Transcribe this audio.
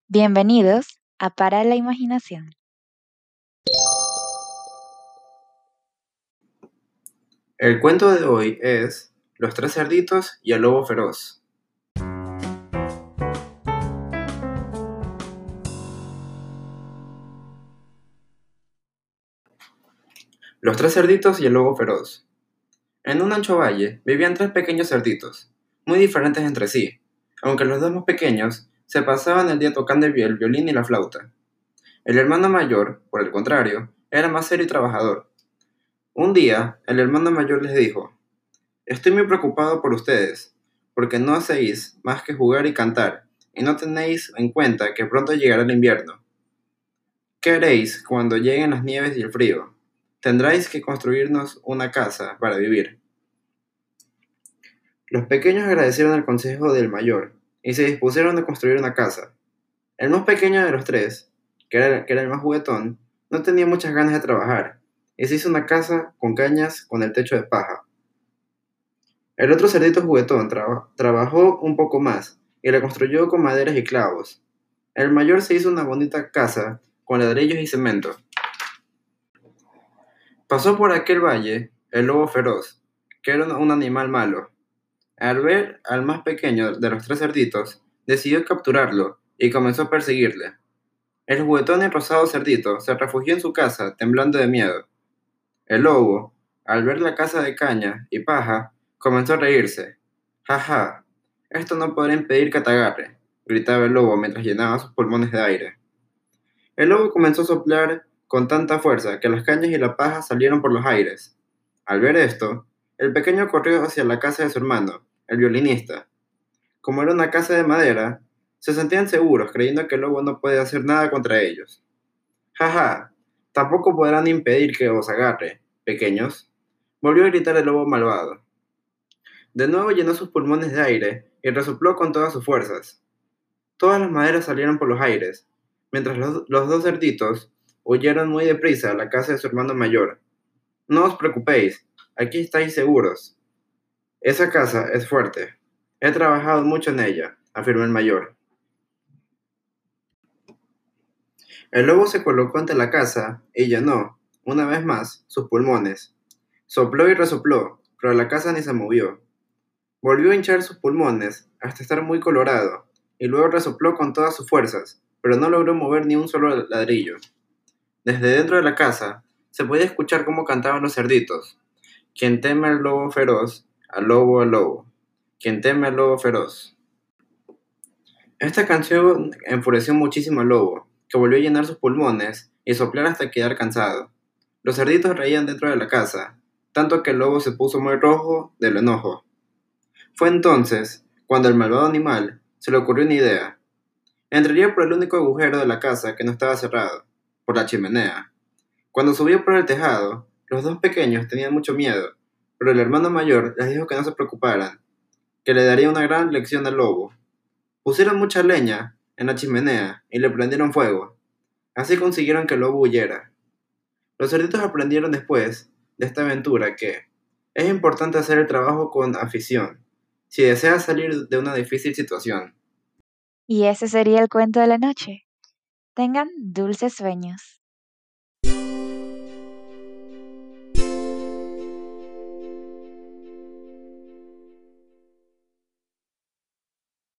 Bienvenidos a Para la Imaginación. El cuento de hoy es Los tres cerditos y el lobo feroz. Los tres cerditos y el lobo feroz. En un ancho valle vivían tres pequeños cerditos, muy diferentes entre sí, aunque los dos más pequeños se pasaban el día tocando el violín y la flauta. El hermano mayor, por el contrario, era más serio y trabajador. Un día, el hermano mayor les dijo: Estoy muy preocupado por ustedes, porque no hacéis más que jugar y cantar, y no tenéis en cuenta que pronto llegará el invierno. ¿Qué haréis cuando lleguen las nieves y el frío? Tendráis que construirnos una casa para vivir. Los pequeños agradecieron el consejo del mayor, y se dispusieron a construir una casa. El más pequeño de los tres, que era el más juguetón, no tenía muchas ganas de trabajar, y se hizo una casa con cañas con el techo de paja. El otro cerdito juguetón trabajó un poco más y la construyó con maderas y clavos. El mayor se hizo una bonita casa con ladrillos y cemento. Pasó por aquel valle el lobo feroz, que era un animal malo. Al ver al más pequeño de los tres cerditos, decidió capturarlo y comenzó a perseguirle. El juguetón y rosado cerdito se refugió en su casa, temblando de miedo. El lobo, al ver la casa de caña y paja, comenzó a reírse. «Ja, ja, esto no podrá impedir que te agarre», gritaba el lobo mientras llenaba sus pulmones de aire. El lobo comenzó a soplar con tanta fuerza que las cañas y la paja salieron por los aires. Al ver esto, el pequeño corrió hacia la casa de su hermano, el violinista. Como era una casa de madera, se sentían seguros creyendo que el lobo no podía hacer nada contra ellos. «Ja, ja, tampoco podrán impedir que os agarre, pequeños», volvió a gritar el lobo malvado. De nuevo llenó sus pulmones de aire y resopló con todas sus fuerzas. Todas las maderas salieron por los aires, mientras los dos cerditos huyeron muy deprisa a la casa de su hermano mayor. «No os preocupéis, aquí estáis seguros. Esa casa es fuerte. He trabajado mucho en ella», afirmó el mayor. El lobo se colocó ante la casa y llenó, una vez más, sus pulmones. Sopló y resopló, pero la casa ni se movió. Volvió a hinchar sus pulmones hasta estar muy colorado, y luego resopló con todas sus fuerzas, pero no logró mover ni un solo ladrillo. Desde dentro de la casa se podía escuchar cómo cantaban los cerditos. «Quien teme al lobo feroz, al lobo al lobo. Quien teme al lobo feroz». Esta canción enfureció muchísimo al lobo, que volvió a llenar sus pulmones y soplar hasta quedar cansado. Los cerditos reían dentro de la casa, tanto que el lobo se puso muy rojo del enojo. Fue entonces cuando al malvado animal se le ocurrió una idea. Entraría por el único agujero de la casa que no estaba cerrado, por la chimenea. Cuando subió por el tejado, los dos pequeños tenían mucho miedo, pero el hermano mayor les dijo que no se preocuparan, que le daría una gran lección al lobo. Pusieron mucha leña en la chimenea y le prendieron fuego. Así consiguieron que el lobo huyera. Los cerditos aprendieron después de esta aventura que es importante hacer el trabajo con afición, si deseas salir de una difícil situación. Y ese sería el cuento de la noche. Tengan dulces sueños.